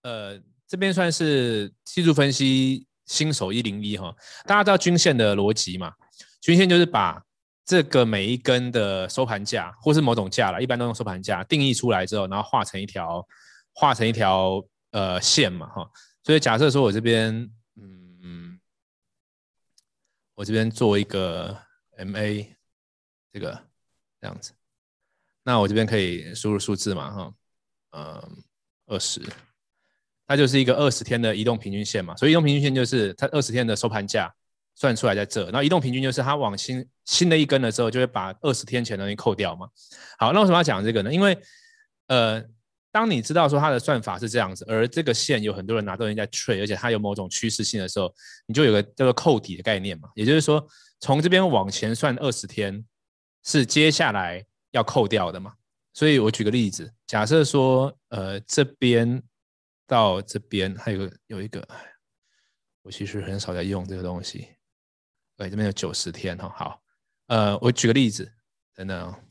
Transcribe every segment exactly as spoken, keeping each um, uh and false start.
呃这边算是技术分析新手一零一哈，大家知道均线的逻辑嘛？均线就是把这个每一根的收盘价或是某种价啦，一般都用收盘价定义出来之后，然后画成一条画成一条呃线嘛哈。所以假设说我这边嗯我这边做一个 M A 这个这样子，那我这边可以输入数字嘛哈，呃二十，它就是一个二十天的移动平均线嘛，所以移动平均线就是它二十天的收盘价算出来在这，然后移动平均就是它往新新的一根的时候，就会把二十天前的东西扣掉嘛。好，那为什么要讲这个呢？因为呃，当你知道说它的算法是这样子，而这个线有很多人拿到人在 trade， 而且它有某种趋势性的时候，你就有个叫做扣底的概念嘛，也就是说从这边往前算二十天是接下来要扣掉的嘛。所以我举个例子，假设说呃这边到这边还有个有一个，我其实很少在用这个东西。对，这边有九十天哈，好，呃，我举个例子，等等哦，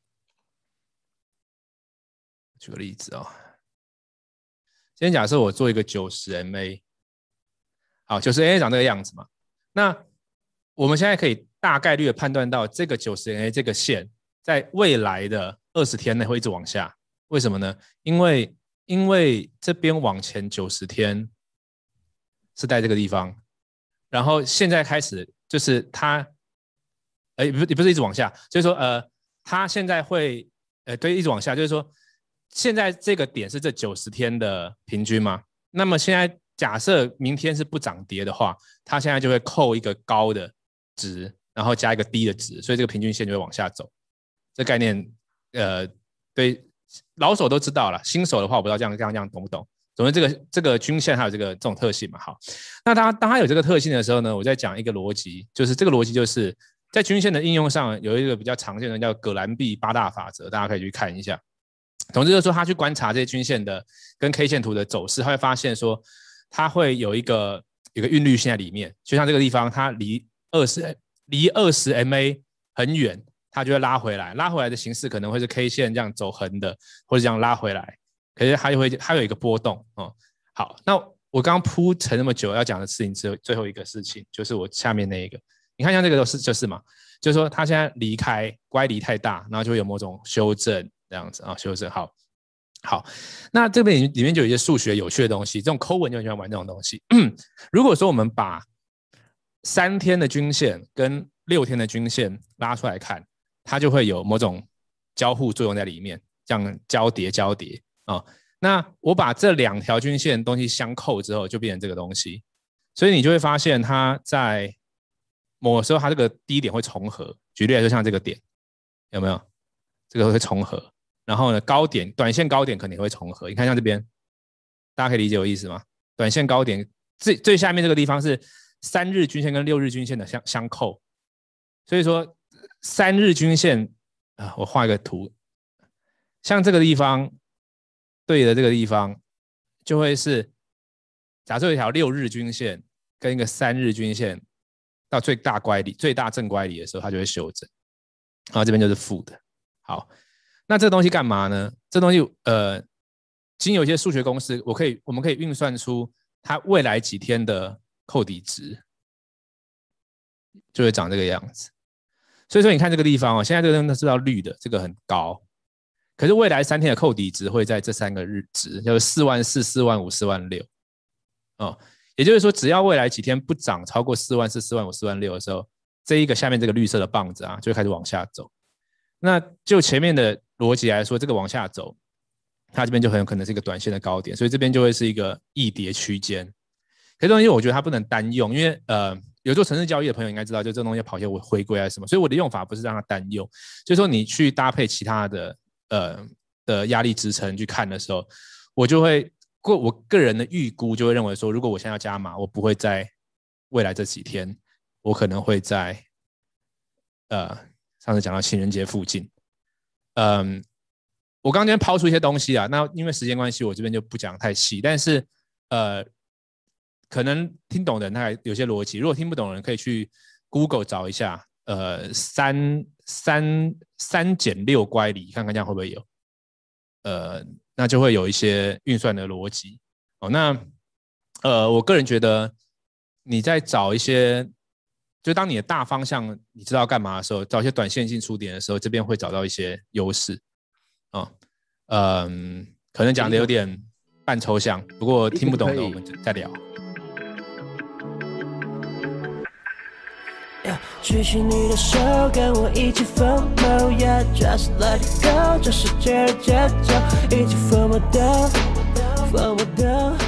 举个例子哦，今天假设我做一个九十 M A， 好，九十 M A 长这个样子嘛，那我们现在可以大概率的判断到这个九十 M A 这个线在未来的二十天内会一直往下，为什么呢？因为因为这边往前九十天是在这个地方，然后现在开始就是它，哎，不不是一直往下，就是说呃，它现在会呃对一直往下，就是说现在这个点是这九十天的平均嘛？那么现在假设明天是不涨跌的话，它现在就会扣一个高的值，然后加一个低的值，所以这个平均线就会往下走。这概念呃对老手都知道了，新手的话我不知道这样这样这样懂不懂？总之这个这个均线还有这个这种特性嘛，好，那它当它有这个特性的时候呢，我再讲一个逻辑，就是这个逻辑就是在均线的应用上有一个比较常见的叫葛兰碧八大法则，大家可以去看一下。总之就是说，他去观察这些均线的跟 K 线图的走势，他会发现说，它会有一个有个韵律性在里面，就像这个地方，它离二十离二十 M A 很远，它就会拉回来，拉回来的形式可能会是 K 线这样走横的，或者这样拉回来。可是它就会它有一个波动哦。好，那我刚刚铺陈那么久要讲的事情，只有最后一个事情，就是我下面那一个。你看像这个是就是嘛，就是说它现在离开乖离太大，然后就会有某种修正这样子啊，修正好。好，那这边里面就有一些数学有趣的东西，这种抠文就很喜欢玩这种东西。如果说我们把三天的均线跟六天的均线拉出来看，它就会有某种交互作用在里面，这样交叠交叠。哦，那我把这两条均线东西相扣之后，就变成这个东西，所以你就会发现它在某时候它这个低点会重合。举例来说，像这个点有没有？这个会重合，然后呢，高点短线高点肯定会重合。你看像这边，大家可以理解我意思吗？短线高点最最下面这个地方是三日均线跟六日均线的相相扣，所以说三日均线啊，我画一个图，像这个地方。对的这个地方就会是，假设有一条六日均线跟一个三日均线到最大乖离、最大正乖离的时候，它就会修正，然后这边就是负的。好，那这个东西干嘛呢？这东西呃，经有一些数学公式，我可以我们可以运算出它未来几天的扣底值，就会长这个样子。所以说你看这个地方哦，现在这个东西是要绿的，这个很高。可是未来三天的扣底值会在这三个日值，就是四万四、四万五、四万六，哦，也就是说，只要未来几天不涨超过四万四、四万五、四万六的时候，这一个下面这个绿色的棒子啊，就会开始往下走。那就前面的逻辑来说，这个往下走，它这边就很有可能是一个短线的高点，所以这边就会是一个异跌区间。可是东西我觉得它不能单用，因为呃。有做程式交易的朋友应该知道，就这东西跑些回归啊什么，所以我的用法不是让它单用，就是说你去搭配其他的呃的压力支撑去看的时候，我就会过我个人的预估就会认为说，如果我现在要加码，我不会在未来这几天，我可能会在呃上次讲到情人节附近，嗯，我刚刚今天抛出一些东西啊，那因为时间关系，我这边就不讲太细，但是呃。可能听懂的人，他有些逻辑；如果听不懂的人，可以去 Google 找一下，呃，三三三减六乖离，看看这样会不会有，呃，那就会有一些运算的逻辑哦，那呃，我个人觉得你在找一些，就当你的大方向你知道干嘛的时候，找一些短线性出点的时候，这边会找到一些优势。哦，嗯，可能讲的有点半抽象，不过听不懂的我们再聊。 举起你的手，跟我一起疯魔 Yeah, just let it go， 这世界的节奏，一起疯魔的，疯魔的。